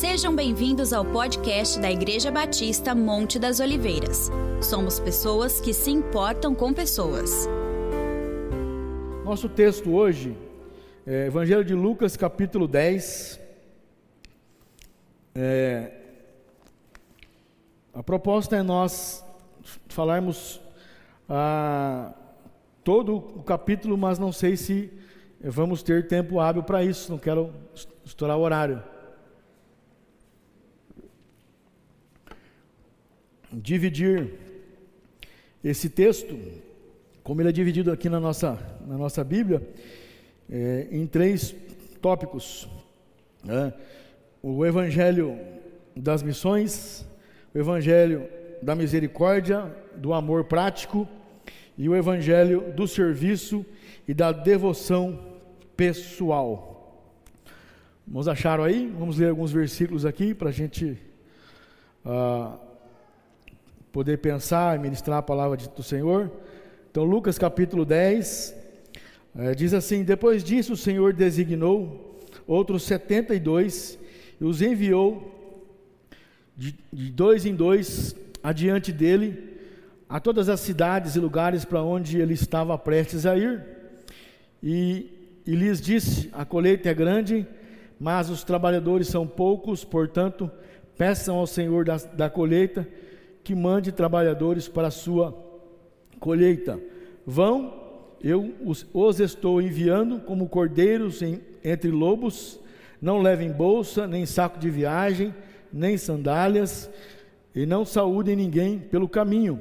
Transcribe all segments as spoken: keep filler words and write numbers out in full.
Sejam bem-vindos ao podcast da Igreja Batista Monte das Oliveiras. Somos pessoas que se importam com pessoas. Nosso texto hoje é Evangelho de Lucas, capítulo dez. É, a proposta é nós falarmos ah, todo o capítulo, mas não sei se vamos ter tempo hábil para isso, não quero estourar o horário. Dividir esse texto, como ele é dividido aqui na nossa, na nossa Bíblia, é, em três tópicos, né? O Evangelho das missões, o Evangelho da misericórdia, do amor prático e o Evangelho do serviço e da devoção pessoal. Vamos acharam aí? Vamos ler alguns versículos aqui para a gente uh, poder pensar e ministrar a palavra do Senhor. Então, Lucas capítulo dez, uh, diz assim: depois disso o Senhor designou outros setenta e dois e os enviou de, de dois em dois adiante dele a todas as cidades e lugares para onde ele estava prestes a ir, e, e lhes disse: a colheita é grande, mas os trabalhadores são poucos, portanto peçam ao Senhor da, da colheita que mande trabalhadores para a sua colheita. Vão, eu os, os estou enviando como cordeiros em, entre lobos. Não levem bolsa, nem saco de viagem, nem sandálias, e não saúdem ninguém pelo caminho.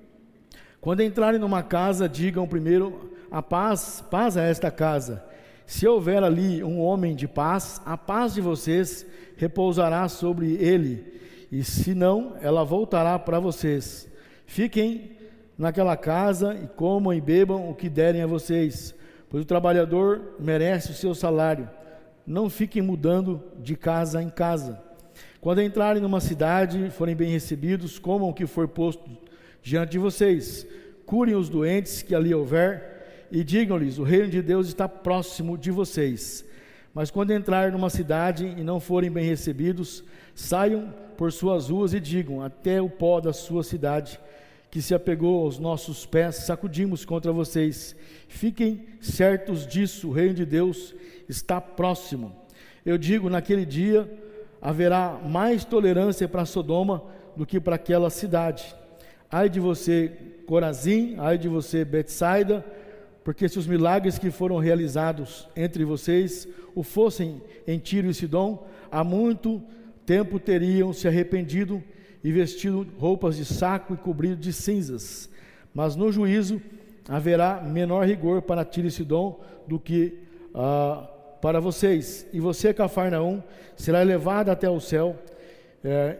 Quando entrarem numa casa, digam primeiro: a paz, paz a esta casa. Se houver ali um homem de paz, a paz de vocês repousará sobre ele, e se não, ela voltará para vocês. Fiquem naquela casa e comam e bebam o que derem a vocês, pois o trabalhador merece o seu salário. Não fiquem mudando de casa em casa. Quando entrarem numa cidade, forem bem recebidos, comam o que for posto diante de vocês. Curem os doentes que ali houver e digam-lhes: o reino de Deus está próximo de vocês. Mas quando entrarem numa cidade e não forem bem recebidos, saiam por suas ruas e digam: até o pó da sua cidade, que se apegou aos nossos pés, sacudimos contra vocês. Fiquem certos disso, o reino de Deus está próximo. Eu digo, naquele dia haverá mais tolerância para Sodoma do que para aquela cidade. Ai de você, Corazim, ai de você, Betsaida, porque se os milagres que foram realizados entre vocês o fossem em Tiro e Sidom, há muito tempo teriam se arrependido e vestido roupas de saco e cobrido de cinzas. Mas no juízo haverá menor rigor para Tiro e Sidom do que ah, para vocês. E você, Cafarnaum, será elevado até o céu. É,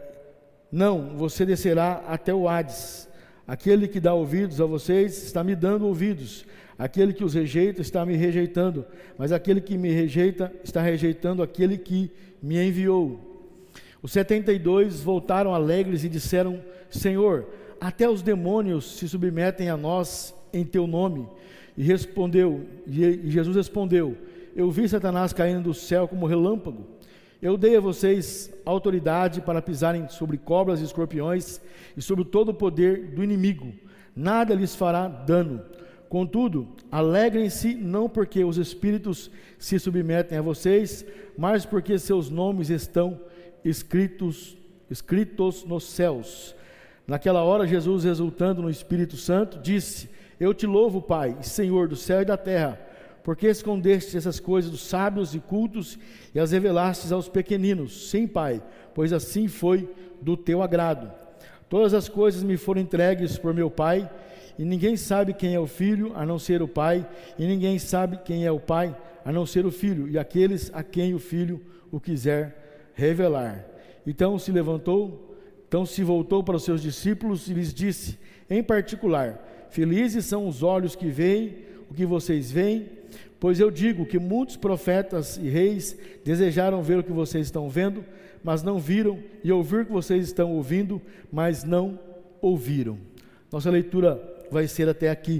não, você descerá até o Hades. Aquele que dá ouvidos a vocês está me dando ouvidos. Aquele que os rejeita está me rejeitando. Mas aquele que me rejeita está rejeitando aquele que me enviou. Os setenta e dois voltaram alegres e disseram: Senhor, até os demônios se submetem a nós em teu nome. E respondeu, e Jesus respondeu: eu vi Satanás caindo do céu como relâmpago. Eu dei a vocês autoridade para pisarem sobre cobras e escorpiões e sobre todo o poder do inimigo. Nada lhes fará dano. Contudo, alegrem-se não porque os espíritos se submetem a vocês, mas porque seus nomes estão escritos, escritos nos céus. Naquela hora, Jesus, exultando no Espírito Santo, disse: eu te louvo, Pai, Senhor do céu e da terra, porque escondeste essas coisas dos sábios e cultos e as revelastes aos pequeninos. Sim, Pai, pois assim foi do teu agrado. Todas as coisas me foram entregues por meu Pai, e ninguém sabe quem é o Filho a não ser o Pai, e ninguém sabe quem é o Pai a não ser o Filho, e aqueles a quem o Filho o quiser revelar. Então se levantou, então se voltou para os seus discípulos e lhes disse em particular: felizes são os olhos que veem o que vocês veem, pois eu digo que muitos profetas e reis desejaram ver o que vocês estão vendo, mas não viram, e ouvir o que vocês estão ouvindo, mas não ouviram. Nossa leitura vai ser até aqui.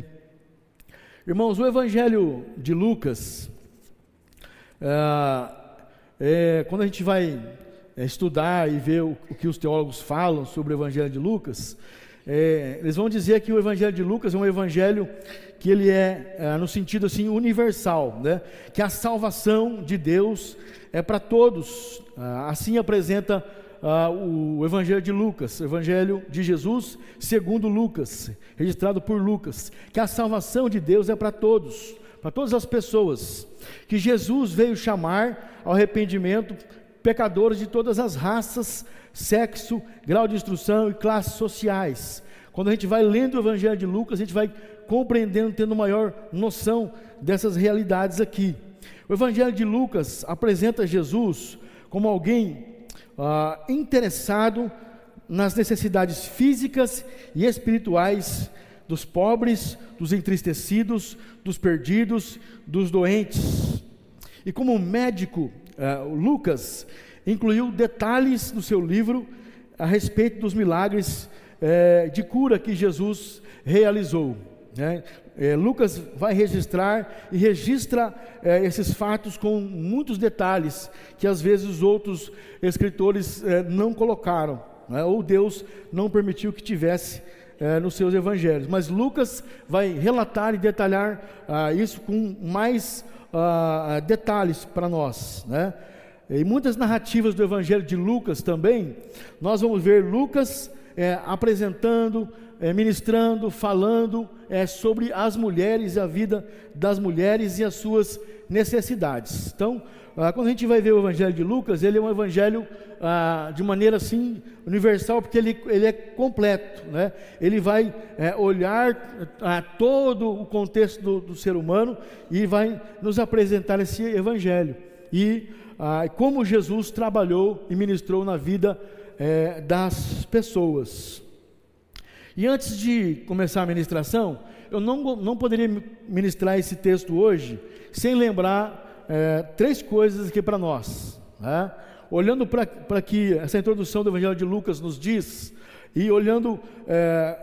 Irmãos, o Evangelho de Lucas, é, é, quando a gente vai é, estudar e ver o, o que os teólogos falam sobre o Evangelho de Lucas, é, eles vão dizer que o Evangelho de Lucas é um evangelho que ele é, é no sentido assim universal, né? Que a salvação de Deus é para todos. Ah, assim apresenta ah, o Evangelho de Lucas, o Evangelho de Jesus segundo Lucas, registrado por Lucas, que a salvação de Deus é para todos, para todas as pessoas, que Jesus veio chamar ao arrependimento pecadores de todas as raças, sexo, grau de instrução e classes sociais. Quando a gente vai lendo o Evangelho de Lucas, a gente vai compreendendo, tendo maior noção dessas realidades aqui. O Evangelho de Lucas apresenta Jesus como alguém ah, interessado nas necessidades físicas e espirituais dos pobres, dos entristecidos, dos perdidos, dos doentes. E como médico, ah, Lucas incluiu detalhes no seu livro a respeito dos milagres eh, de cura que Jesus realizou, né? É, Lucas vai registrar e registra é, esses fatos com muitos detalhes que às vezes os outros escritores é, não colocaram, né? Ou Deus não permitiu que tivesse é, nos seus evangelhos, mas Lucas vai relatar e detalhar ah, isso com mais ah, detalhes para nós, né? Em muitas narrativas do Evangelho de Lucas também, nós vamos ver Lucas é, apresentando, é, ministrando, falando é, sobre as mulheres e a vida das mulheres e as suas necessidades. Então, ah, quando a gente vai ver o Evangelho de Lucas, ele é um evangelho ah, de maneira assim universal, porque ele, ele é completo, né? Ele vai é, olhar a todo o contexto do, do ser humano e vai nos apresentar esse evangelho. E Ah, como Jesus trabalhou e ministrou na vida é, das pessoas. E antes de começar a ministração, eu não, não poderia ministrar esse texto hoje sem lembrar é, três coisas aqui para nós, né? Olhando para que essa introdução do Evangelho de Lucas nos diz, e olhando é,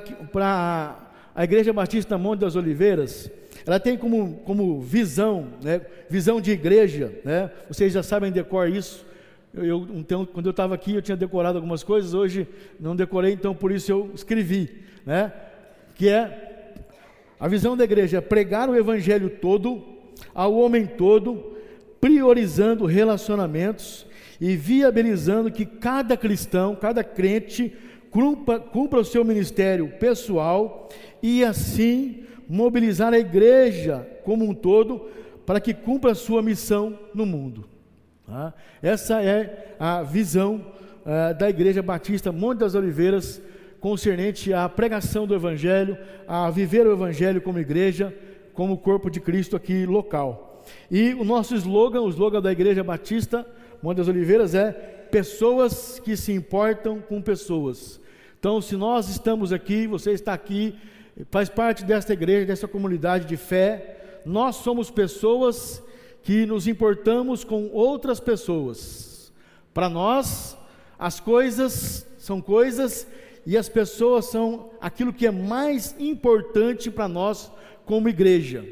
para a Igreja Batista Monte das Oliveiras, ela tem como, como visão, né, visão de igreja, né? Vocês já sabem decor isso. Eu, eu, então, quando eu estava aqui, eu tinha decorado algumas coisas, hoje não decorei, então por isso eu escrevi, né? Que é, a visão da igreja é pregar o evangelho todo, ao homem todo, priorizando relacionamentos e viabilizando que cada cristão, cada crente, cumpra, cumpra o seu ministério pessoal e assim mobilizar a igreja como um todo para que cumpra a sua missão no mundo, tá? Essa é a visão uh, da Igreja Batista Monte das Oliveiras concernente à pregação do Evangelho, a viver o Evangelho como igreja, como corpo de Cristo aqui local. E o nosso slogan, o slogan da Igreja Batista Monte das Oliveiras é pessoas que se importam com pessoas. Então, se nós estamos aqui, você está aqui, faz parte desta igreja, dessa comunidade de fé, nós somos pessoas que nos importamos com outras pessoas. Para nós, as coisas são coisas e as pessoas são aquilo que é mais importante para nós como igreja.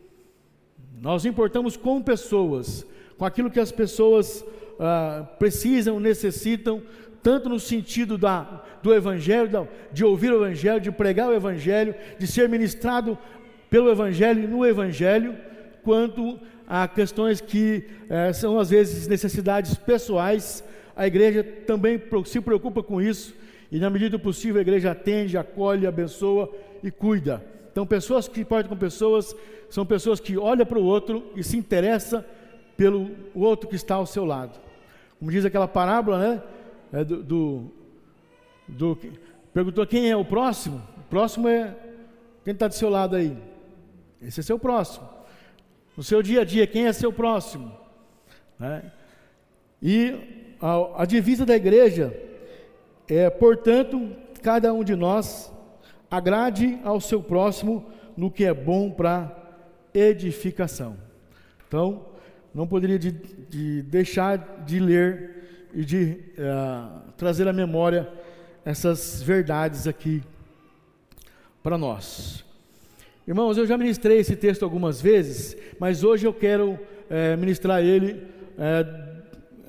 Nós importamos com pessoas, com aquilo que as pessoas ah, precisam, necessitam, tanto no sentido da, do Evangelho, de ouvir o Evangelho, de pregar o Evangelho, de ser ministrado pelo Evangelho e no Evangelho, quanto a questões que eh, são às vezes necessidades pessoais. A igreja também se preocupa com isso, e na medida do possível a igreja atende, acolhe, abençoa e cuida. Então, pessoas que importam com pessoas, são pessoas que olham para o outro e se interessam pelo outro que está ao seu lado. Como diz aquela parábola, né? É do, do, do, perguntou quem é o próximo. O próximo é quem está do seu lado aí. Esse é seu próximo. No seu dia a dia, quem é seu próximo, né? E a, a divisa da igreja é, portanto, cada um de nós agrade ao seu próximo no que é bom para edificação. Então, não poderia de, de deixar de ler e de uh, trazer à memória essas verdades aqui para nós. Irmãos, eu já ministrei esse texto algumas vezes, mas hoje eu quero uh, ministrar ele uh,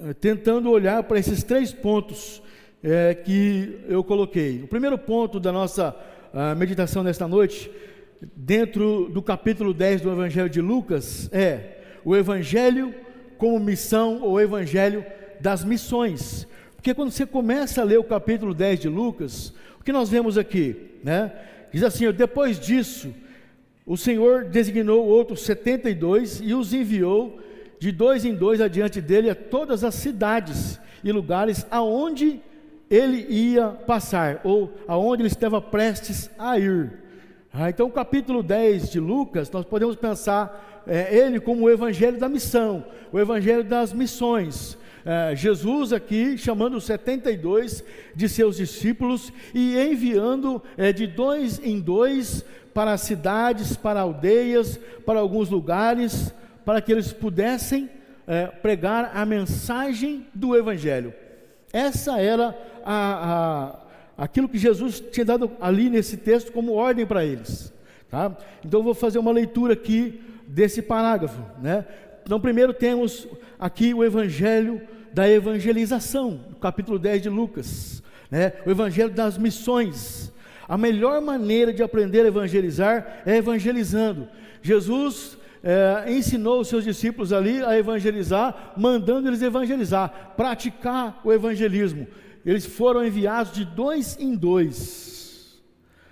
tentando olhar para esses três pontos é, que eu coloquei. O primeiro ponto da nossa a meditação nesta noite, dentro do capítulo dez do Evangelho de Lucas, é o Evangelho como missão, ou Evangelho das missões. Porque quando você começa a ler o capítulo dez de Lucas, o que nós vemos aqui, né? Diz assim: depois disso, o Senhor designou outros setenta e dois e os enviou de dois em dois adiante dele a todas as cidades e lugares aonde ele ia passar, ou aonde ele estava prestes a ir. Ah, então o capítulo dez de Lucas, nós podemos pensar é, ele como o evangelho da missão, o evangelho das missões. É, Jesus aqui chamando os setenta e dois de seus discípulos e enviando é, de dois em dois para cidades, para aldeias, para alguns lugares, para que eles pudessem é, pregar a mensagem do evangelho. Essa era a, a, aquilo que Jesus tinha dado ali nesse texto como ordem para eles, tá? Então eu vou fazer uma leitura aqui desse parágrafo, né? Então primeiro temos aqui o evangelho da evangelização, capítulo dez de Lucas, né? O evangelho das missões. A melhor maneira de aprender a evangelizar é evangelizando. Jesus É, ensinou os seus discípulos ali a evangelizar, mandando eles evangelizar, praticar o evangelismo. Eles foram enviados de dois em dois.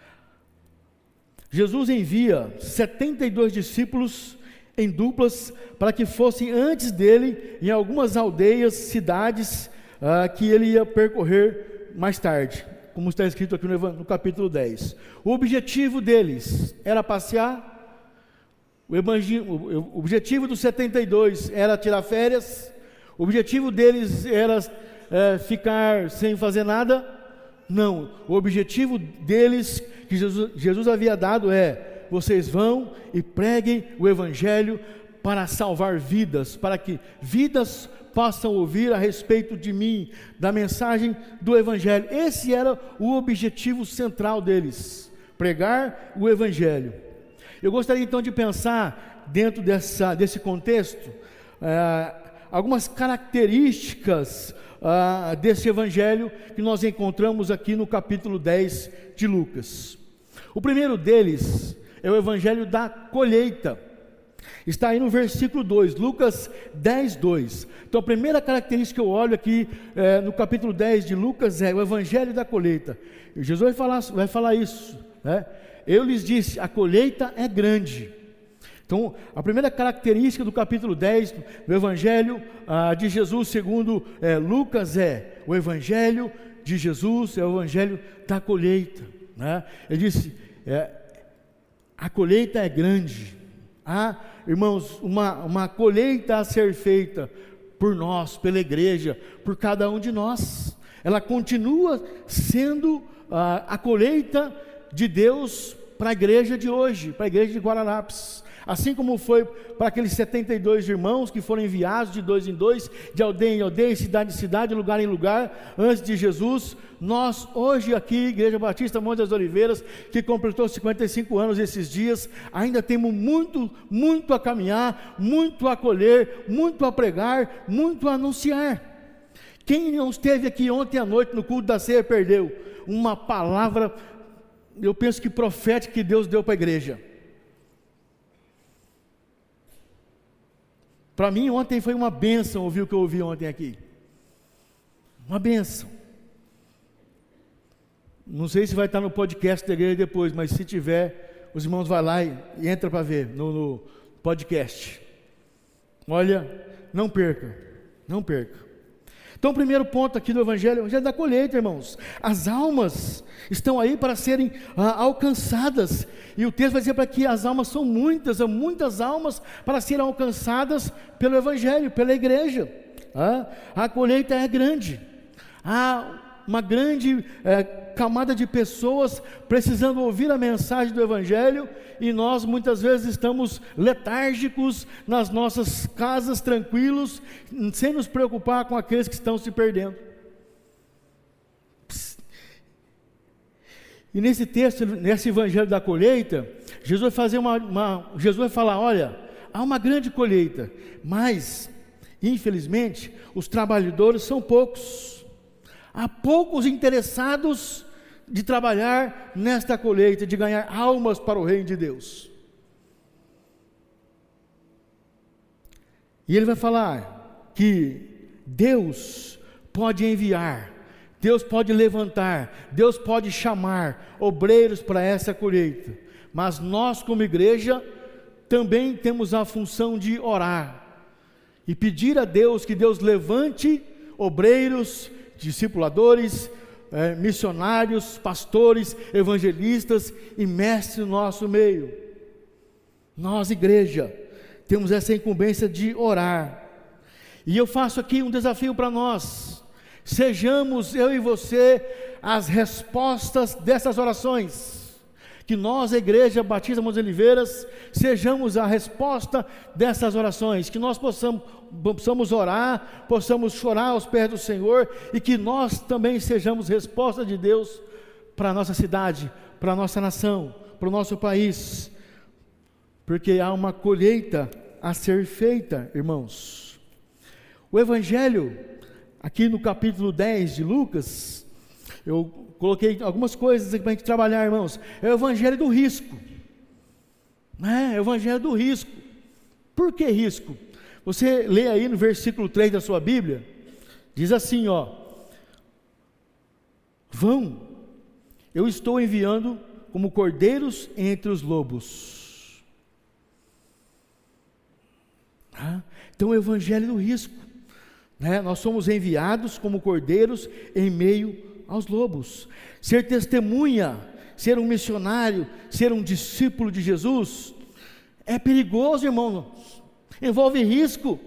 Jesus envia setenta e dois discípulos em duplas para que fossem antes dele em algumas aldeias, cidades ah, que ele ia percorrer mais tarde, como está escrito aqui no, no capítulo dez. O objetivo deles era passear. O, o objetivo dos setenta e dois era tirar férias. O objetivo deles era é, ficar sem fazer nada? Não, o objetivo deles, que Jesus, Jesus havia dado é: vocês vão e preguem o evangelho para salvar vidas, para que vidas possam ouvir a respeito de mim, da mensagem do evangelho. Esse era o objetivo central deles, pregar o evangelho. Eu gostaria então de pensar, dentro dessa, desse contexto, eh, algumas características ah, desse evangelho que nós encontramos aqui no capítulo dez de Lucas. O primeiro deles é o evangelho da colheita. Está aí no versículo dois, Lucas dez, dois. Então a primeira característica que eu olho aqui eh, no capítulo dez de Lucas é o evangelho da colheita. E Jesus vai falar, vai falar isso, né? Eu lhes disse, a colheita é grande. Então, a primeira característica do capítulo dez do Evangelho ah, de Jesus, segundo eh, Lucas, é o Evangelho de Jesus, é o Evangelho da colheita, né? Ele disse, é, a colheita é grande. Há, irmãos, uma, uma colheita a ser feita por nós, pela igreja, por cada um de nós. Ela continua sendo ah, a colheita de Deus para a igreja de hoje, para a igreja de Guararapes, assim como foi para aqueles setenta e dois irmãos que foram enviados de dois em dois, de aldeia em aldeia, cidade em cidade, lugar em lugar, antes de Jesus. Nós hoje aqui, Igreja Batista Monte das Oliveiras, que completou cinquenta e cinco anos esses dias, ainda temos muito, muito a caminhar, muito a colher, muito a pregar, muito a anunciar. Quem não esteve aqui ontem à noite no culto da ceia perdeu uma palavra, eu penso que profética, que Deus deu para a igreja. Para mim ontem foi uma bênção ouvir o que eu ouvi ontem aqui, uma bênção. Não sei se vai estar no podcast da igreja depois, mas se tiver, os irmãos vão lá e, e entra para ver no, no podcast. Olha, não perca, não perca. Então o primeiro ponto aqui do Evangelho, o Evangelho da colheita, irmãos. As almas estão aí para serem ah, alcançadas, e o texto vai dizer para que as almas são muitas, há muitas almas para serem alcançadas pelo Evangelho, pela igreja. Ah, a colheita é grande, há uma grande é, camada de pessoas precisando ouvir a mensagem do Evangelho, e nós muitas vezes estamos letárgicos nas nossas casas, tranquilos, sem nos preocupar com aqueles que estão se perdendo. E nesse texto, nesse Evangelho da colheita, Jesus vai fazer uma, uma Jesus vai falar, olha, há uma grande colheita, mas Infelizmente, os trabalhadores são poucos. Há poucos interessados de trabalhar nesta colheita, de ganhar almas para o reino de Deus. E ele vai falar que Deus pode enviar, Deus pode levantar, Deus pode chamar obreiros para essa colheita, mas nós como igreja também temos a função de orar e pedir a Deus que Deus levante obreiros, discipuladores, eh, missionários, pastores, evangelistas e mestres no nosso meio. Nós, igreja, temos essa incumbência de orar. E eu faço aqui um desafio para nós: sejamos, eu e você, as respostas dessas orações. Que nós, a Igreja Batista Monte das Oliveiras, sejamos a resposta dessas orações, que nós possamos, possamos orar, possamos chorar aos pés do Senhor, e que nós também sejamos resposta de Deus para a nossa cidade, para a nossa nação, para o nosso país, porque há uma colheita a ser feita, irmãos. O Evangelho, aqui no capítulo dez de Lucas, eu coloquei algumas coisas aqui para a gente trabalhar, irmãos. É o evangelho do risco, né? É o evangelho do risco. Por que risco? Você lê aí no versículo três da sua Bíblia, diz assim, ó: vão, eu estou enviando como cordeiros entre os lobos. Ah, então é o evangelho do risco, né? Nós somos enviados como cordeiros em meio aos lobos. Ser testemunha, ser um missionário, ser um discípulo de Jesus é perigoso, irmãos. Envolve risco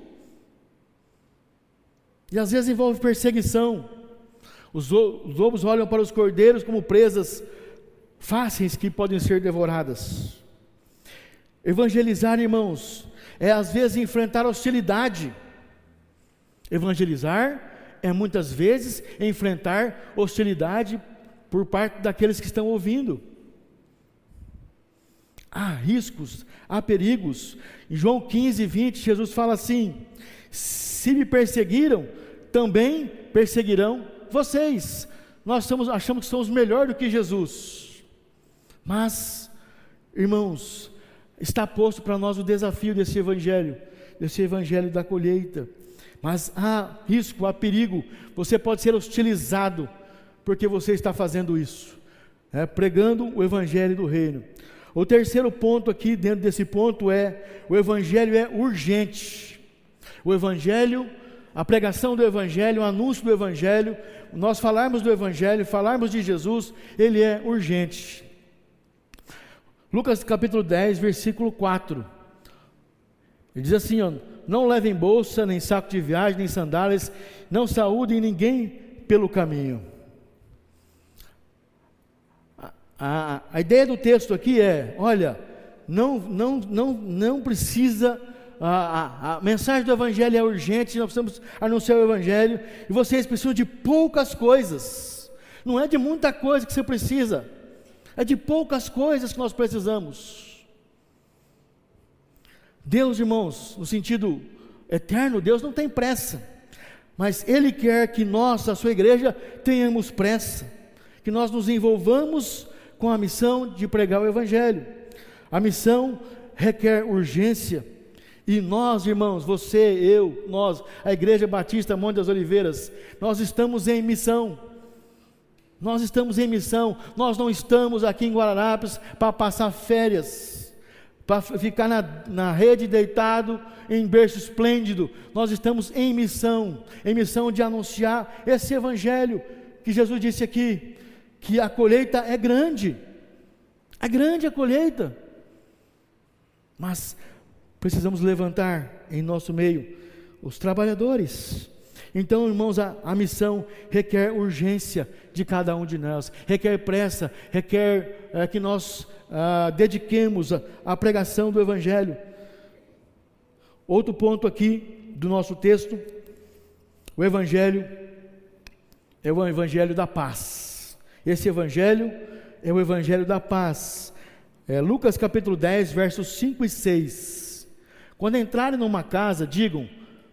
e às vezes envolve perseguição. Os lobos olham para os cordeiros como presas fáceis que podem ser devoradas. Evangelizar, irmãos, é às vezes enfrentar hostilidade. Evangelizar é muitas vezes enfrentar hostilidade por parte daqueles que estão ouvindo. Há riscos, há perigos. Em João quinze, vinte, Jesus fala assim: se me perseguiram, também perseguirão vocês. Nós somos, achamos que somos melhor do que Jesus, mas, irmãos, está posto para nós o desafio desse evangelho, desse evangelho da colheita. Mas há risco, há perigo. Você pode ser hostilizado porque você está fazendo isso, é, pregando o evangelho do reino. O terceiro ponto aqui, dentro desse ponto, é: o evangelho é urgente. O evangelho, a pregação do evangelho, o anúncio do evangelho, nós falarmos do evangelho, falarmos de Jesus, ele é urgente. Lucas capítulo dez, versículo quatro, ele diz assim, ó: não levem bolsa, nem saco de viagem, nem sandálias, não saúdem ninguém pelo caminho. A, a, a ideia do texto aqui é: olha, não, não, não, não precisa, a, a, a mensagem do evangelho é urgente, nós precisamos anunciar o evangelho, e vocês precisam de poucas coisas, não é de muita coisa que você precisa, é de poucas coisas que nós precisamos. Deus, irmãos, no sentido eterno, Deus não tem pressa, mas Ele quer que nós, a sua igreja, tenhamos pressa, que nós nos envolvamos com a missão de pregar o evangelho. A missão requer urgência, e nós, irmãos, você, eu, nós, a Igreja Batista Monte das Oliveiras, nós estamos em missão. Nós estamos em missão. Nós não estamos aqui em Guararapes para passar férias, para ficar na, na rede deitado em berço esplêndido. Nós estamos em missão, em missão de anunciar esse evangelho que Jesus disse aqui, que a colheita é grande, é grande a colheita, mas precisamos levantar em nosso meio os trabalhadores. Então, irmãos, a, a missão requer urgência de cada um de nós, requer pressa, requer é, que nós ah, dediquemos a, a pregação do evangelho. Outro ponto aqui do nosso texto: o evangelho é o evangelho da paz. Esse evangelho é o evangelho da paz. É, Lucas capítulo dez, versos cinco e seis. Quando entrarem numa casa, digam: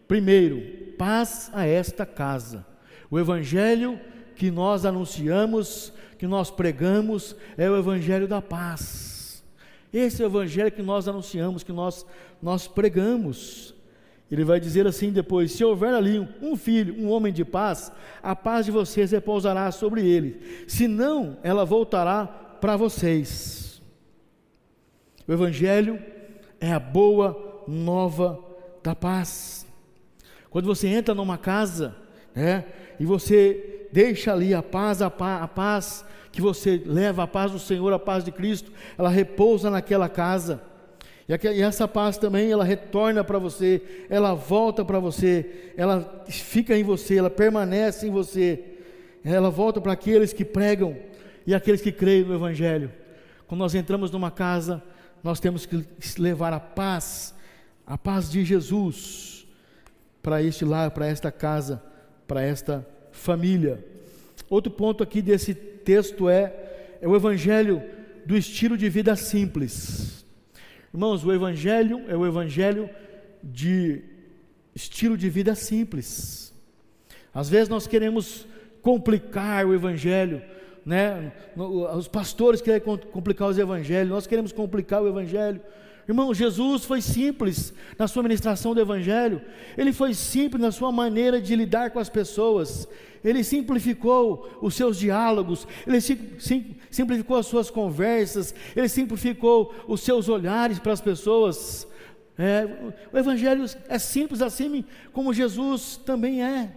Primeiro, paz a esta casa. O evangelho que nós anunciamos, que nós pregamos, é o evangelho da paz. Esse é o evangelho que nós anunciamos, que nós, nós pregamos. Ele vai dizer assim depois: se houver ali um filho, um homem de paz, a paz de vocês repousará sobre ele, senão ela voltará para vocês. O evangelho é a boa nova da paz. Quando você entra numa casa, né, e você deixa ali a paz, a paz, a paz que você leva, a paz do Senhor, a paz de Cristo, ela repousa naquela casa, e essa paz também, ela retorna para você, ela volta para você, ela fica em você, ela permanece em você, ela volta para aqueles que pregam e aqueles que creem no evangelho. Quando nós entramos numa casa, nós temos que levar a paz, a paz de Jesus, para este lar, para esta casa, para esta família. Outro ponto aqui desse texto é, é o evangelho do estilo de vida simples. Irmãos, o evangelho é o evangelho de estilo de vida simples. Às vezes nós queremos complicar o evangelho, né? Os pastores querem complicar os evangelhos, nós queremos complicar o evangelho. Irmão, Jesus foi simples na sua ministração do evangelho, ele foi simples na sua maneira de lidar com as pessoas, ele simplificou os seus diálogos, ele sim, sim, simplificou as suas conversas, ele simplificou os seus olhares para as pessoas. É, o evangelho é simples assim como Jesus também é.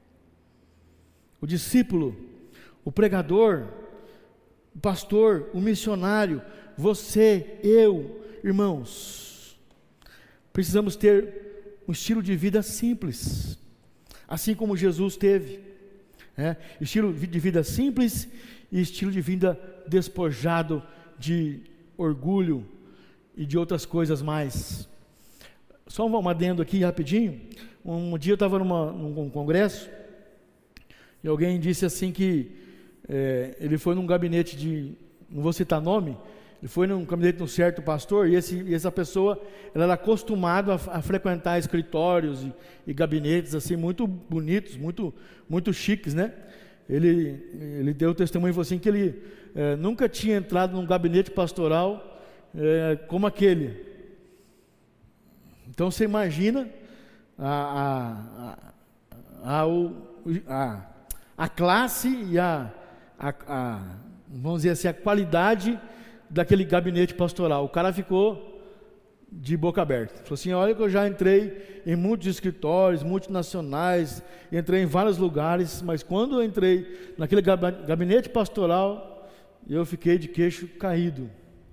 O discípulo, o pregador, o pastor, o missionário, você, eu, irmãos, precisamos ter um estilo de vida simples, assim como Jesus teve, é, estilo de vida simples e estilo de vida despojado de orgulho e de outras coisas mais. Só um adendo aqui rapidinho. Um dia eu estava num congresso e alguém disse assim que é, ele foi num gabinete de, não vou citar nome, ele foi num gabinete de um certo pastor, e, esse, e essa pessoa, ela era acostumada a, a frequentar escritórios e, e gabinetes assim, muito bonitos, muito, muito chiques, né? Ele, ele deu o testemunho e falou assim, que ele é, nunca tinha entrado num gabinete pastoral é, como aquele. Então você imagina a, a, a, a, a classe e a, a, a, vamos dizer assim, a qualidade daquele gabinete pastoral. O cara ficou de boca aberta, falou assim, olha que eu já entrei em muitos escritórios multinacionais, entrei em vários lugares, mas quando eu entrei naquele gabinete pastoral, eu fiquei de queixo caído.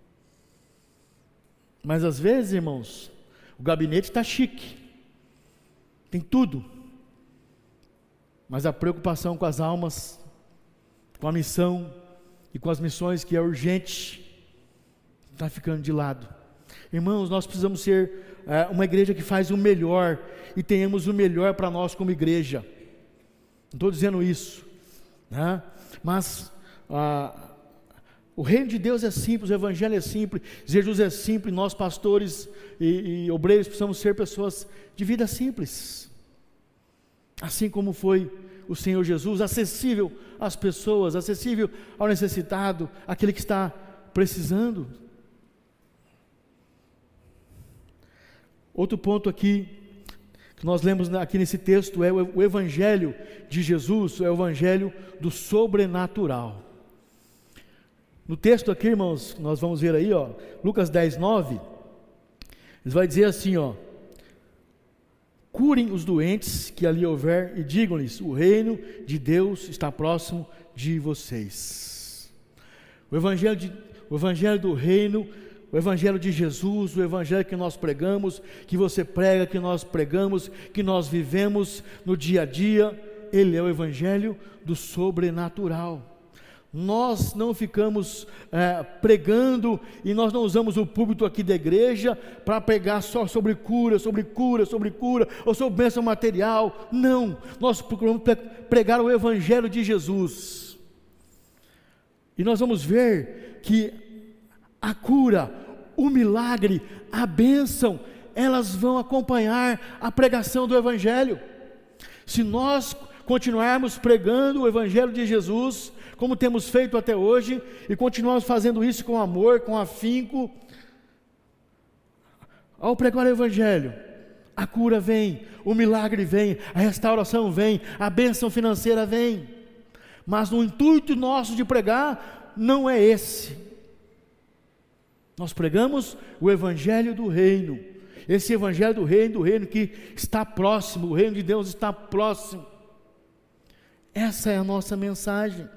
Mas às vezes, irmãos, o gabinete está chique, tem tudo, mas a preocupação com as almas, com a missão e com as missões que é urgente, está ficando de lado. Irmãos, nós precisamos ser é, uma igreja que faz o melhor, e tenhamos o melhor para nós como igreja. Não estou dizendo isso, né? Mas ah, o reino de Deus é simples, o evangelho é simples, Jesus é simples, nós pastores e, e obreiros precisamos ser pessoas de vida simples, assim como foi o Senhor Jesus, acessível às pessoas, acessível ao necessitado, aquele que está precisando. Outro ponto aqui, que nós lemos aqui nesse texto, é o evangelho de Jesus, é o evangelho do sobrenatural. No texto aqui, irmãos, nós vamos ver aí, ó, Lucas dez, nove, ele vai dizer assim, ó, curem os doentes que ali houver e digam-lhes, o reino de Deus está próximo de vocês. O evangelho, de, o evangelho do reino, o evangelho de Jesus, o evangelho que nós pregamos, que você prega, que nós pregamos, que nós vivemos no dia a dia, ele é o evangelho do sobrenatural. Nós não ficamos é, pregando, e nós não usamos o púlpito aqui da igreja para pregar só sobre cura, sobre cura, sobre cura, ou sobre bênção material. Não, nós procuramos pregar o evangelho de Jesus, e nós vamos ver que a cura, o milagre, a bênção elas vão acompanhar a pregação do Evangelho. Se nós continuarmos pregando o Evangelho de Jesus, como temos feito até hoje, e continuarmos fazendo isso com amor, com afinco, ao pregar o Evangelho, a cura vem, o milagre vem, a restauração vem, a bênção financeira vem. Mas o intuito nosso de pregar não é esse. Nós pregamos o Evangelho do Reino. Esse Evangelho do Reino, do Reino que está próximo, o Reino de Deus está próximo. Essa é a nossa mensagem.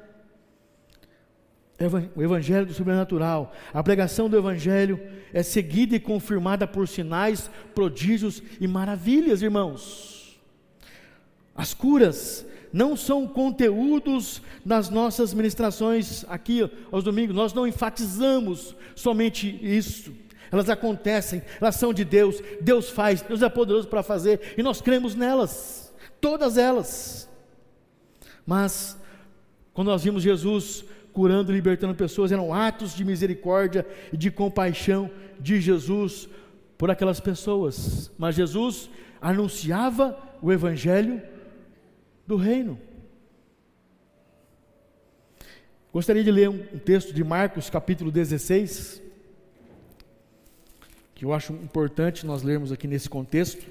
O Evangelho do sobrenatural. A pregação do Evangelho é seguida e confirmada por sinais, prodígios e maravilhas, irmãos. As curas não são conteúdos das nossas ministrações aqui aos domingos. Nós não enfatizamos somente isso. Elas acontecem, elas são de Deus. Deus faz, Deus é poderoso para fazer, e nós cremos nelas, todas elas. Mas quando nós vimos Jesus curando e libertando pessoas, eram atos de misericórdia e de compaixão de Jesus por aquelas pessoas. Mas Jesus anunciava o Evangelho do Reino. Gostaria de ler um texto de Marcos capítulo dezesseis, que eu acho importante nós lermos aqui nesse contexto.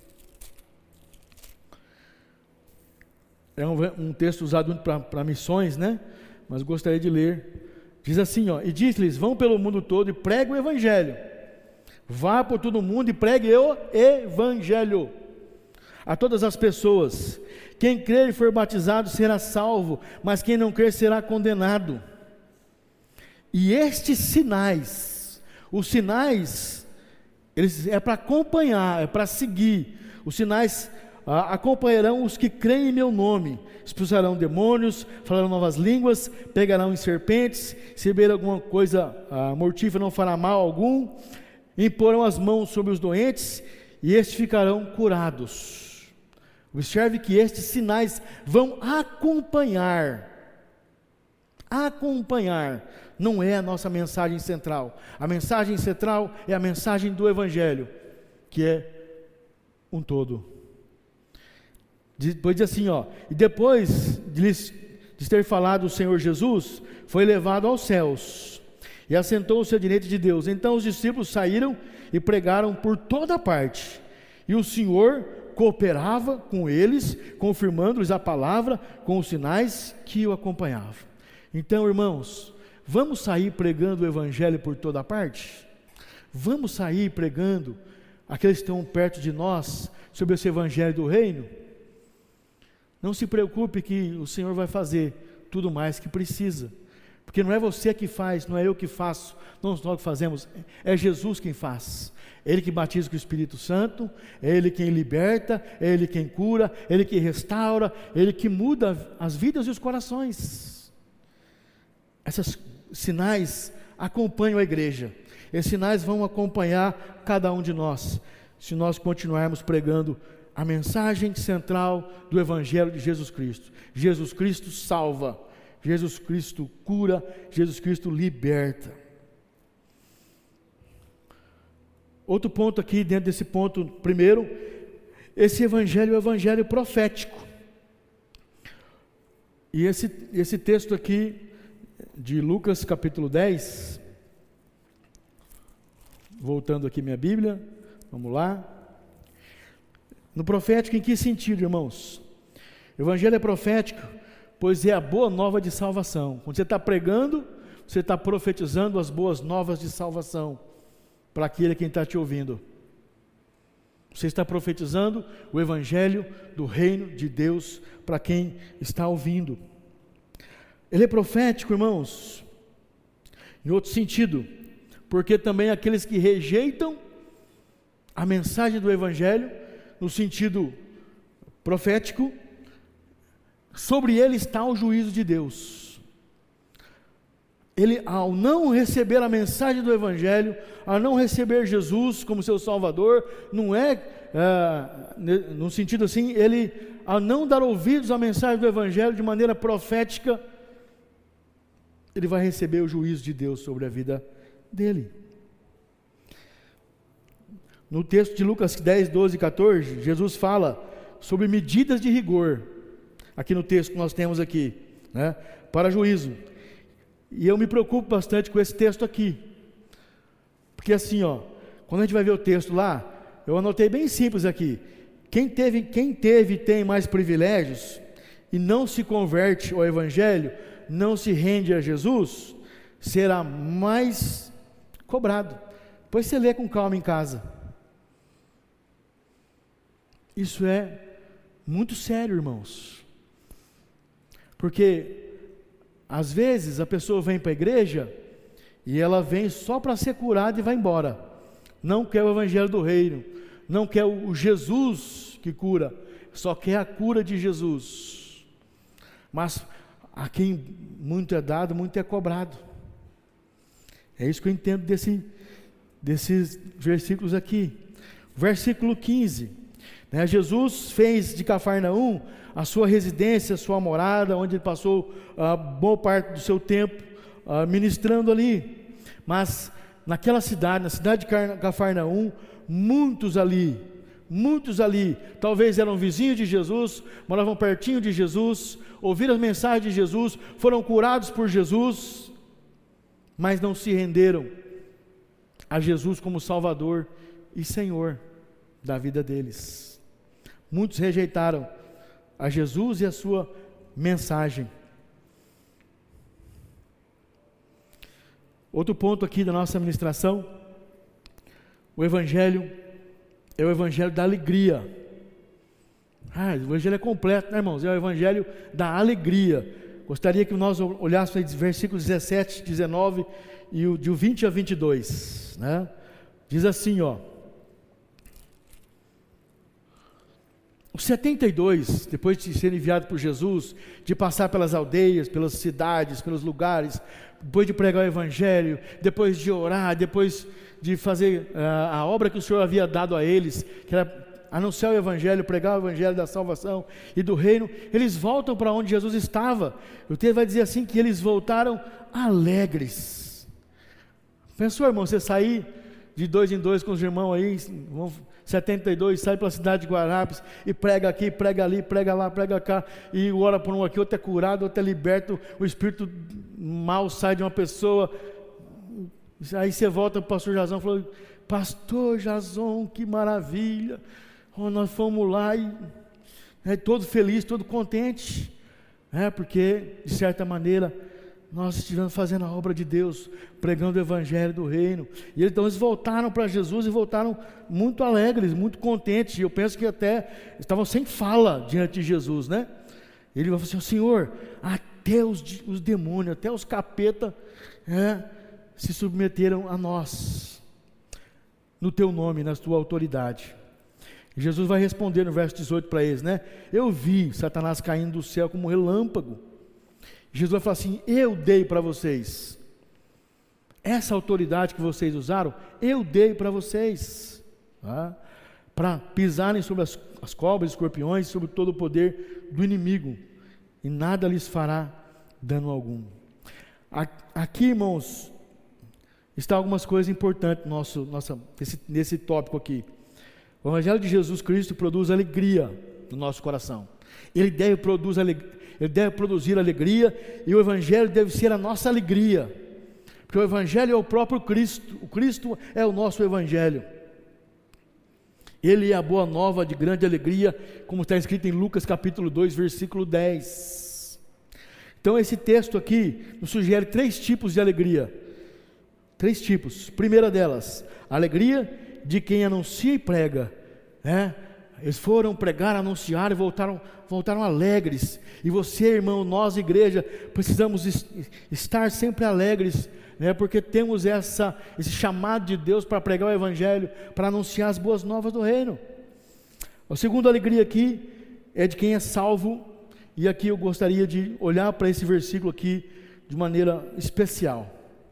É um, um texto usado para missões, né? Mas gostaria de ler. Diz assim, ó: e diz-lhes: vão pelo mundo todo e pregue o Evangelho. Vá por todo mundo e pregue o Evangelho a todas as pessoas. Quem crer e for batizado será salvo, mas quem não crer será condenado. E estes sinais, os sinais, eles é para acompanhar, é para seguir. Os sinais ah, acompanharão os que creem em meu nome. Expulsarão demônios, falarão novas línguas, pegarão em serpentes, se beber alguma coisa ah, mortífera não fará mal algum, imporão as mãos sobre os doentes e estes ficarão curados. Observe que estes sinais vão acompanhar, acompanhar, não é a nossa mensagem central. A mensagem central é a mensagem do Evangelho, que é um todo. Depois diz assim, ó: e depois de, lhes, de ter falado o Senhor Jesus, foi levado aos céus e assentou-se à direita de Deus. Então os discípulos saíram e pregaram por toda parte, e o Senhor cooperava com eles, confirmando-lhes a palavra com os sinais que o acompanhavam. Então, irmãos, vamos sair pregando o Evangelho por toda parte? Vamos sair pregando aqueles que estão perto de nós sobre esse Evangelho do Reino? Não se preocupe que o Senhor vai fazer tudo mais que precisa, porque não é você que faz, não é eu que faço, não nós que fazemos, é Jesus quem faz. É Ele que batiza com o Espírito Santo, é Ele quem liberta, é Ele quem cura, é Ele que restaura, é Ele que muda as vidas e os corações. Esses sinais acompanham a igreja, esses sinais vão acompanhar cada um de nós, se nós continuarmos pregando a mensagem central do Evangelho de Jesus Cristo. Jesus Cristo salva, Jesus Cristo cura, Jesus Cristo liberta. Outro ponto aqui, dentro desse ponto, primeiro, esse Evangelho é o Evangelho profético. E esse, esse texto aqui, de Lucas capítulo dez, voltando aqui minha Bíblia, vamos lá. No profético, em que sentido, irmãos? O Evangelho é profético, pois é a boa nova de salvação. Quando você está pregando, você está profetizando as boas novas de salvação para aquele quem está te ouvindo. Você está profetizando o Evangelho do reino de Deus para quem está ouvindo. Ele é profético, irmãos, em outro sentido, porque também aqueles que rejeitam a mensagem do Evangelho, no sentido profético, sobre ele está o juízo de Deus. Ele, ao não receber a mensagem do Evangelho, ao não receber Jesus como seu Salvador, não é, é no sentido assim, ele, ao não dar ouvidos à mensagem do Evangelho de maneira profética, ele vai receber o juízo de Deus sobre a vida dele. no texto de Lucas dez, doze e quatorze, Jesus fala sobre medidas de rigor, aqui no texto que nós temos aqui, né, para juízo. E eu me preocupo bastante com esse texto aqui, porque assim, ó, quando a gente vai ver o texto lá, eu anotei bem simples aqui: quem teve, quem teve e tem mais privilégios e não se converte ao Evangelho, não se rende a Jesus, será mais cobrado. Depois você lê com calma em casa. Isso é muito sério, irmãos, porque às vezes a pessoa vem para a igreja e ela vem só para ser curada e vai embora, não quer o Evangelho do Reino, não quer o Jesus que cura, só quer a cura de Jesus. Mas a quem muito é dado, muito é cobrado. É isso que eu entendo desse, desses versículos aqui. Versículo quinze, né? Jesus fez de Cafarnaum a sua residência, a sua morada, onde ele passou a boa parte do seu tempo uh, ministrando ali. Mas naquela cidade, na cidade de Cafarnaum, muitos ali, muitos ali, talvez eram vizinhos de Jesus, moravam pertinho de Jesus, ouviram as mensagens de Jesus, foram curados por Jesus, mas não se renderam a Jesus como Salvador e Senhor da vida deles. Muitos rejeitaram a Jesus e a sua mensagem. Outro ponto aqui da nossa ministração: o Evangelho é o Evangelho da alegria. Ah, o Evangelho é completo, né, irmãos? É o Evangelho da alegria. Gostaria que nós olhássemos os versículos dezessete, dezenove e o de vinte a vinte e dois, né? Diz assim, ó: os setenta e dois, depois de ser enviado por Jesus, de passar pelas aldeias, pelas cidades, pelos lugares, depois de pregar o Evangelho, depois de orar, depois de fazer uh, a obra que o Senhor havia dado a eles, que era anunciar o Evangelho, pregar o Evangelho da salvação e do reino, eles voltam para onde Jesus estava. O texto vai dizer assim, que eles voltaram alegres. Pensou, irmão, você sair de dois em dois com os irmãos aí, vão setenta e dois, sai para a cidade de Guararapes e prega aqui, prega ali, prega lá, prega cá, e ora por um aqui, outro é curado, outro é liberto, o espírito mal sai de uma pessoa. Aí você volta para o pastor Jason e falou: pastor Jason, que maravilha, oh, nós fomos lá e é, todo feliz, todo contente, é, porque de certa maneira nós estivemos fazendo a obra de Deus, pregando o Evangelho do Reino. E então eles voltaram para Jesus e voltaram muito alegres, muito contentes. E eu penso que até estavam sem fala diante de Jesus, né? Ele falou assim: Senhor, até os, os demônios, até os capeta é, se submeteram a nós, no teu nome, na tua autoridade. E Jesus vai responder no verso dezoito para eles, né? Eu vi Satanás caindo do céu como um relâmpago. Jesus vai falar assim: eu dei para vocês, essa autoridade que vocês usaram, eu dei para vocês, tá? Para pisarem sobre as, as cobras, escorpiões, sobre todo o poder do inimigo, e nada lhes fará dano algum. Aqui, irmãos, está algumas coisas importantes nosso, nossa, nesse, nesse tópico aqui. O Evangelho de Jesus Cristo produz alegria no nosso coração. Ele deve, produz aleg... Ele deve produzir alegria, e o Evangelho deve ser a nossa alegria, porque o Evangelho é o próprio Cristo. O Cristo é o nosso Evangelho. Ele é a boa nova de grande alegria, como está escrito em Lucas capítulo dois, versículo dez. Então esse texto aqui nos sugere três tipos de alegria. Três tipos. Primeira delas, a alegria de quem anuncia e prega, né? Eles foram pregar, anunciar e voltaram, voltaram alegres. E você, irmão, nós, igreja, precisamos est- estar sempre alegres, né? Porque temos essa, esse chamado de Deus para pregar o Evangelho, para anunciar as boas novas do reino. A segunda alegria aqui é de quem é salvo. E aqui eu gostaria de olhar para esse versículo aqui de maneira especial.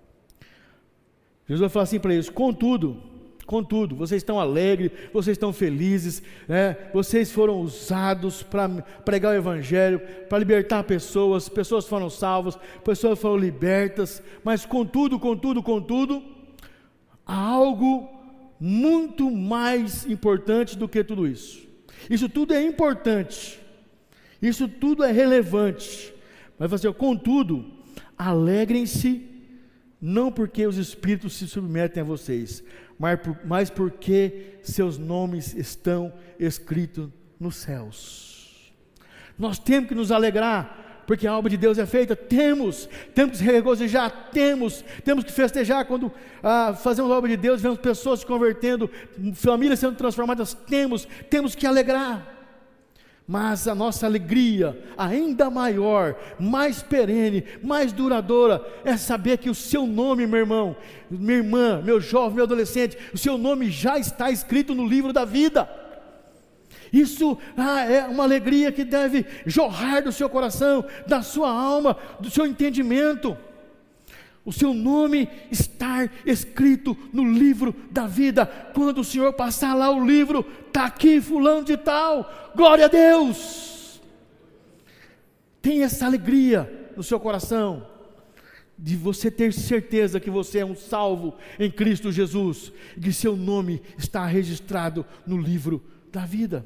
Jesus vai falar assim para eles: contudo, Contudo, vocês estão alegres, vocês estão felizes, né? Vocês foram usados para pregar o Evangelho, para libertar pessoas, pessoas foram salvas, pessoas foram libertas, mas contudo, contudo, contudo, há algo muito mais importante do que tudo isso. Isso tudo é importante, isso tudo é relevante, mas assim, contudo, alegrem-se, não porque os espíritos se submetem a vocês, mas, por, mas porque seus nomes estão escritos nos céus. Nós temos que nos alegrar, porque a obra de Deus é feita, temos, temos que se regozijar, temos, temos que festejar quando ah, fazemos a obra de Deus, vemos pessoas se convertendo, famílias sendo transformadas, temos, temos que alegrar, mas a nossa alegria ainda maior, mais perene, mais duradoura, é saber que o seu nome, meu irmão, minha irmã, meu jovem, meu adolescente, o seu nome já está escrito no livro da vida. Isso ah, é uma alegria que deve jorrar do seu coração, da sua alma, do seu entendimento. O seu nome está escrito no livro da vida. Quando o Senhor passar lá o livro, está aqui fulano de tal, glória a Deus. Tenha essa alegria no seu coração, de você ter certeza que você é um salvo em Cristo Jesus, e que seu nome está registrado no livro da vida.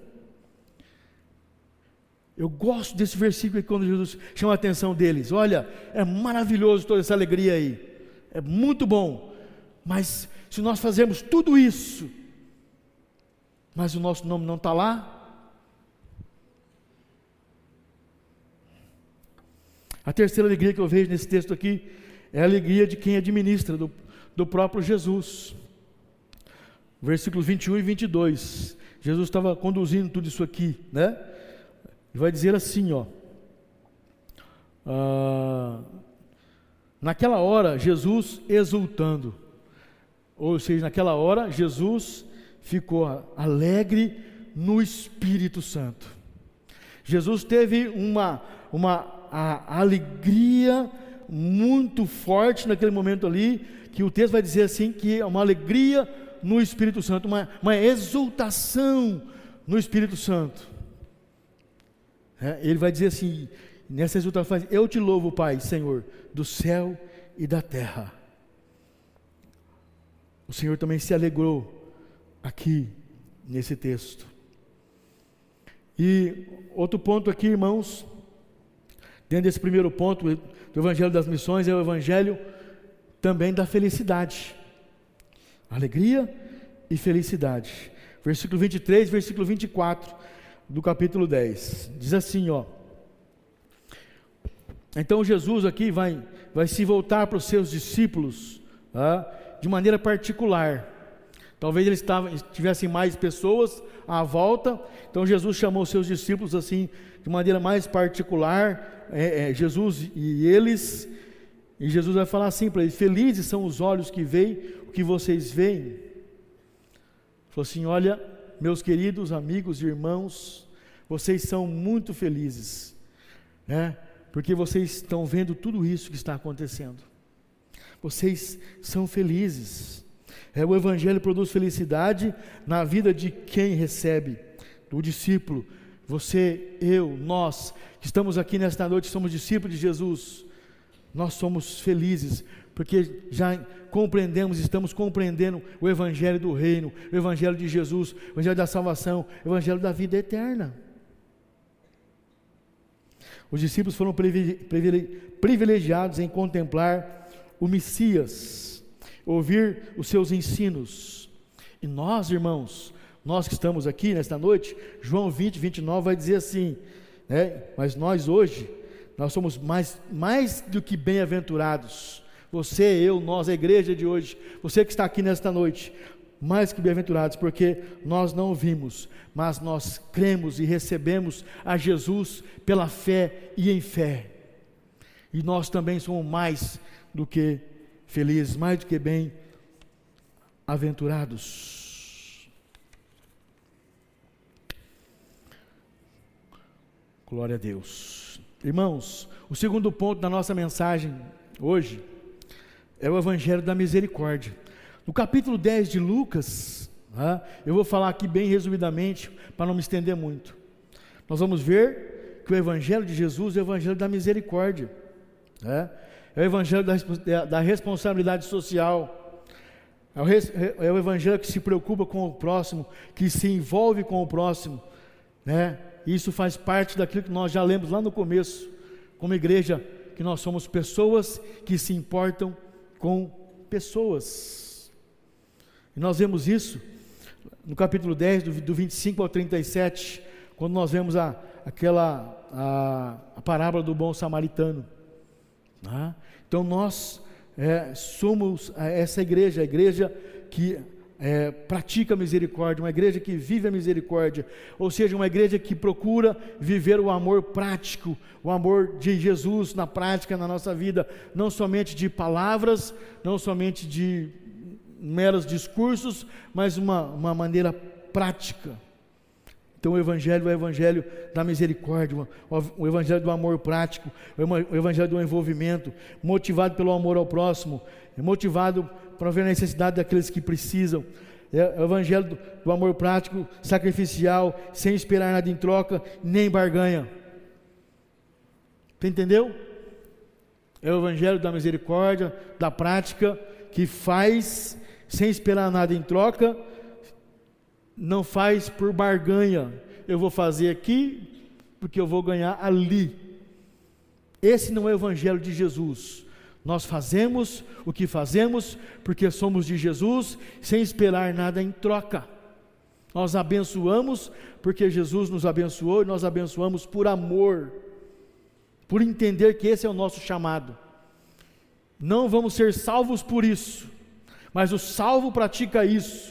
Eu gosto desse versículo aqui, quando Jesus chama a atenção deles. Olha, é maravilhoso toda essa alegria aí, é muito bom, mas se nós fazemos tudo isso, mas o nosso nome não está lá. A terceira alegria que eu vejo nesse texto aqui é a alegria de quem administra, do, do próprio Jesus. Versículos vinte e um e vinte e dois, Jesus estava conduzindo tudo isso aqui, né? E vai dizer assim, ó, ah, naquela hora Jesus exultando, ou seja, naquela hora Jesus ficou alegre no Espírito Santo. Jesus teve uma, uma a, a alegria muito forte naquele momento ali, que o texto vai dizer assim, que é uma alegria no Espírito Santo, uma, uma exultação no Espírito Santo. É, ele vai dizer assim, nessa exultação, eu te louvo, Pai, Senhor, do céu e da terra. O Senhor também se alegrou aqui, nesse texto. E outro ponto aqui, irmãos, dentro desse primeiro ponto do Evangelho das Missões, é o Evangelho também da felicidade, alegria e felicidade. Versículo vinte e três, versículo vinte e quatro do capítulo dez, diz assim, ó: então Jesus aqui vai, vai se voltar para os seus discípulos, tá? De maneira particular. Talvez eles tavam, tivessem mais pessoas à volta, então Jesus chamou os seus discípulos assim, de maneira mais particular, é, é, Jesus e eles, e Jesus vai falar assim para eles: felizes são os olhos que veem o que vocês veem. Ele falou assim: olha, meus queridos amigos e irmãos, vocês são muito felizes, né? Porque vocês estão vendo tudo isso que está acontecendo. Vocês são felizes. É, o Evangelho produz felicidade na vida de quem recebe, do discípulo. Você, eu, nós, que estamos aqui nesta noite, somos discípulos de Jesus. Nós somos felizes, porque já compreendemos, estamos compreendendo o Evangelho do Reino, o Evangelho de Jesus, o Evangelho da salvação, o Evangelho da vida eterna. Os discípulos foram privilegiados em contemplar o Messias, ouvir os seus ensinos. E nós, irmãos, nós que estamos aqui nesta noite, João vinte, vinte e nove vai dizer assim, né? Mas nós hoje, nós somos mais, mais do que bem-aventurados. Você, eu, nós, a igreja de hoje, você que está aqui nesta noite, mais que bem-aventurados, porque nós não vimos, mas nós cremos e recebemos a Jesus pela fé e em fé. E nós também somos mais do que felizes, mais do que bem-aventurados. Glória a Deus. Irmãos, o segundo ponto da nossa mensagem hoje é o Evangelho da Misericórdia. No capítulo dez de Lucas, né, eu vou falar aqui bem resumidamente, para não me estender muito. Nós vamos ver que o Evangelho de Jesus é o Evangelho da Misericórdia, né? É o Evangelho da, da responsabilidade social, É o, res, é o evangelho que se preocupa com o próximo, que se envolve com o próximo, né? Isso faz parte daquilo que nós já lemos lá no começo, como igreja, que nós somos pessoas que se importam com pessoas. E nós vemos isso no capítulo dez, do, do vinte e cinco ao trinta e sete, quando nós vemos a, aquela, a, a parábola do bom samaritano. Né? Então nós é, somos essa igreja, a igreja que É, pratica a misericórdia, uma igreja que vive a misericórdia, ou seja, uma igreja que procura viver o amor prático, o amor de Jesus na prática, na nossa vida, não somente de palavras, não somente de meros discursos, mas uma, uma maneira prática. Então o evangelho é o evangelho da misericórdia, o evangelho do amor prático, o evangelho do envolvimento, motivado pelo amor ao próximo, motivado para ver a necessidade daqueles que precisam. É o evangelho do, do amor prático, sacrificial, sem esperar nada em troca, nem barganha. Você entendeu? É o evangelho da misericórdia, da prática, que faz sem esperar nada em troca, não faz por barganha. Eu vou fazer aqui porque eu vou ganhar ali. Esse não é o evangelho de Jesus. Nós fazemos o que fazemos porque somos de Jesus, sem esperar nada em troca. Nós abençoamos porque Jesus nos abençoou, e nós abençoamos por amor, por entender que esse é o nosso chamado. Não vamos ser salvos por isso, mas o salvo pratica isso.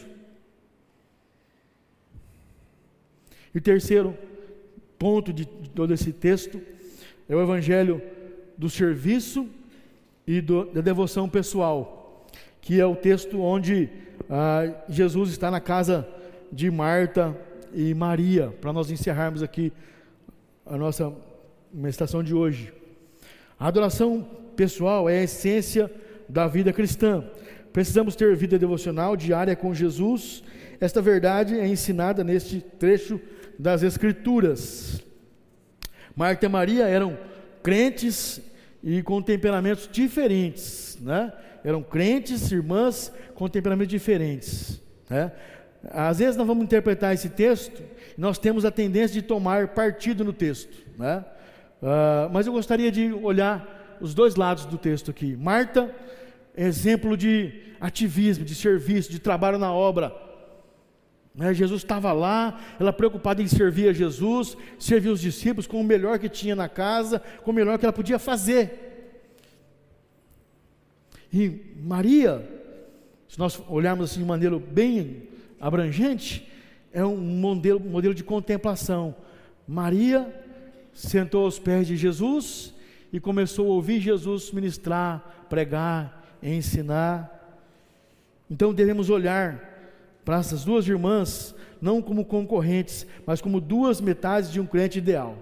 E o terceiro ponto de todo esse texto é o evangelho do serviço e do, da devoção pessoal, que é o texto onde ah, Jesus está na casa de Marta e Maria, para nós encerrarmos aqui a nossa meditação de hoje. A adoração pessoal é a essência da vida cristã. Precisamos ter vida devocional diária com Jesus. Esta verdade é ensinada neste trecho das Escrituras. Marta e Maria eram crentes e com temperamentos diferentes, né? Eram crentes, irmãs, com temperamentos diferentes, né? Às vezes nós vamos interpretar esse texto, nós temos a tendência de tomar partido no texto, né? Uh, mas eu gostaria de olhar os dois lados do texto aqui. Marta, exemplo de ativismo, de serviço, de trabalho na obra, né? Jesus estava lá, ela preocupada em servir a Jesus, servir os discípulos com o melhor que tinha na casa, com o melhor que ela podia fazer. E Maria, se nós olharmos assim de maneira bem abrangente, é um modelo, modelo de contemplação. Maria sentou aos pés de Jesus e começou a ouvir Jesus ministrar, pregar, ensinar. Então devemos olhar para essas duas irmãs, não como concorrentes, mas como duas metades de um crente ideal.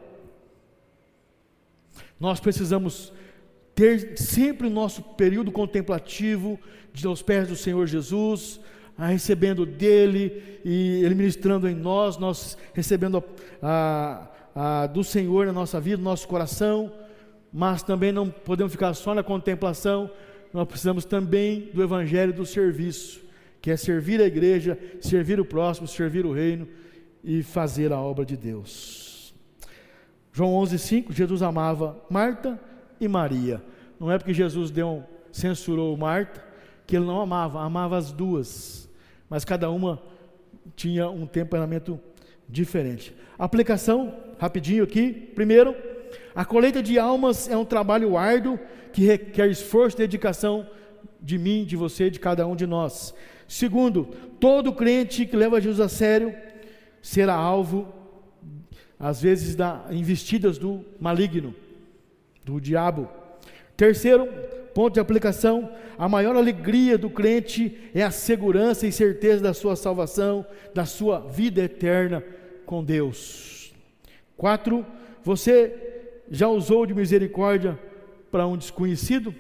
Nós precisamos ter sempre o nosso período contemplativo, de aos pés do Senhor Jesus, a, recebendo dele, e ele ministrando em nós, nós recebendo a, a, a, do Senhor na nossa vida, no nosso coração, mas também não podemos ficar só na contemplação, nós precisamos também do evangelho do serviço, que é servir a igreja, servir o próximo, servir o reino e fazer a obra de Deus. João onze, cinco, Jesus amava Marta e Maria. Não é porque Jesus deu, censurou Marta, que ele não amava, amava as duas, mas cada uma tinha um temperamento diferente. Aplicação, rapidinho aqui. Primeiro, a colheita de almas é um trabalho árduo, que requer esforço e dedicação de mim, de você, de cada um de nós. Segundo, todo crente que leva Jesus a sério será alvo, às vezes, das investidas do maligno, do diabo. Terceiro ponto de aplicação, a maior alegria do crente é a segurança e certeza da sua salvação, da sua vida eterna com Deus. Quatro, você já usou de misericórdia para um desconhecido?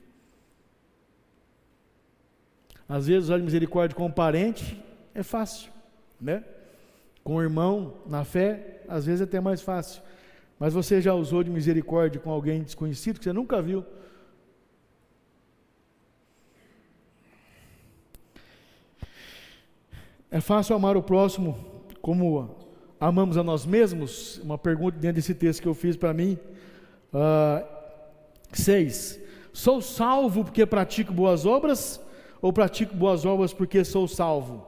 Às vezes usar de misericórdia com um parente é fácil, né? Com um irmão na fé, às vezes é até mais fácil. Mas você já usou de misericórdia com alguém desconhecido que você nunca viu? É fácil amar o próximo como amamos a nós mesmos? Uma pergunta dentro desse texto que eu fiz para mim. Uh, seis. Sou salvo porque pratico boas obras? Ou pratico boas obras porque sou salvo?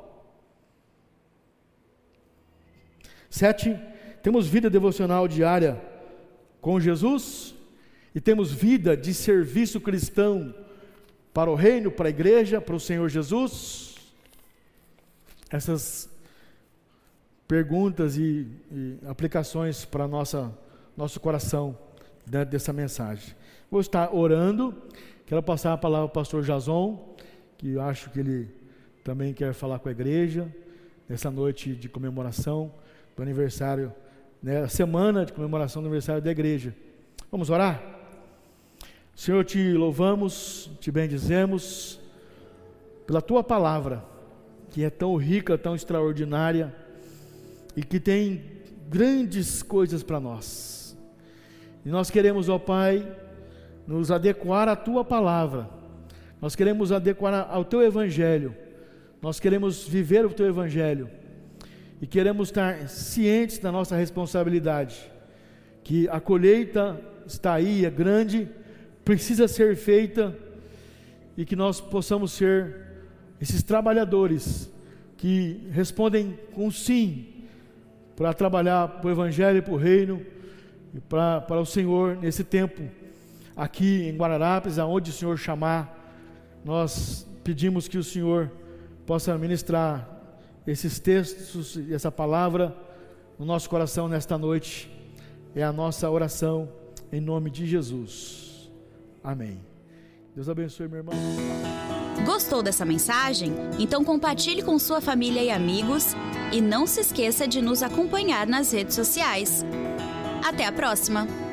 Sete. Temos vida devocional diária com Jesus? E temos vida de serviço cristão para o reino, para a igreja, para o Senhor Jesus? Essas perguntas e, e aplicações para nossa nosso coração dentro dessa mensagem. Vou estar orando. Quero passar a palavra ao pastor Jason, que eu acho que ele também quer falar com a igreja nessa noite de comemoração do aniversário, né, a semana de comemoração do aniversário da igreja. Vamos orar? Senhor, te louvamos, te bendizemos pela tua palavra, que é tão rica, tão extraordinária e que tem grandes coisas para nós. E nós queremos, ó Pai, nos adequar à tua palavra. Nós queremos adequar ao teu evangelho. Nós queremos viver o teu evangelho. E queremos estar cientes da nossa responsabilidade, que a colheita está aí, é grande, precisa ser feita, e que nós possamos ser esses trabalhadores que respondem com sim, para trabalhar para o evangelho e para o reino, e para, para o Senhor nesse tempo, aqui em Guararapes, aonde o Senhor chamar. Nós pedimos que o Senhor possa ministrar esses textos e essa palavra no nosso coração nesta noite. É a nossa oração em nome de Jesus. Amém. Deus abençoe, meu irmão. Gostou dessa mensagem? Então compartilhe com sua família e amigos e não se esqueça de nos acompanhar nas redes sociais. Até a próxima!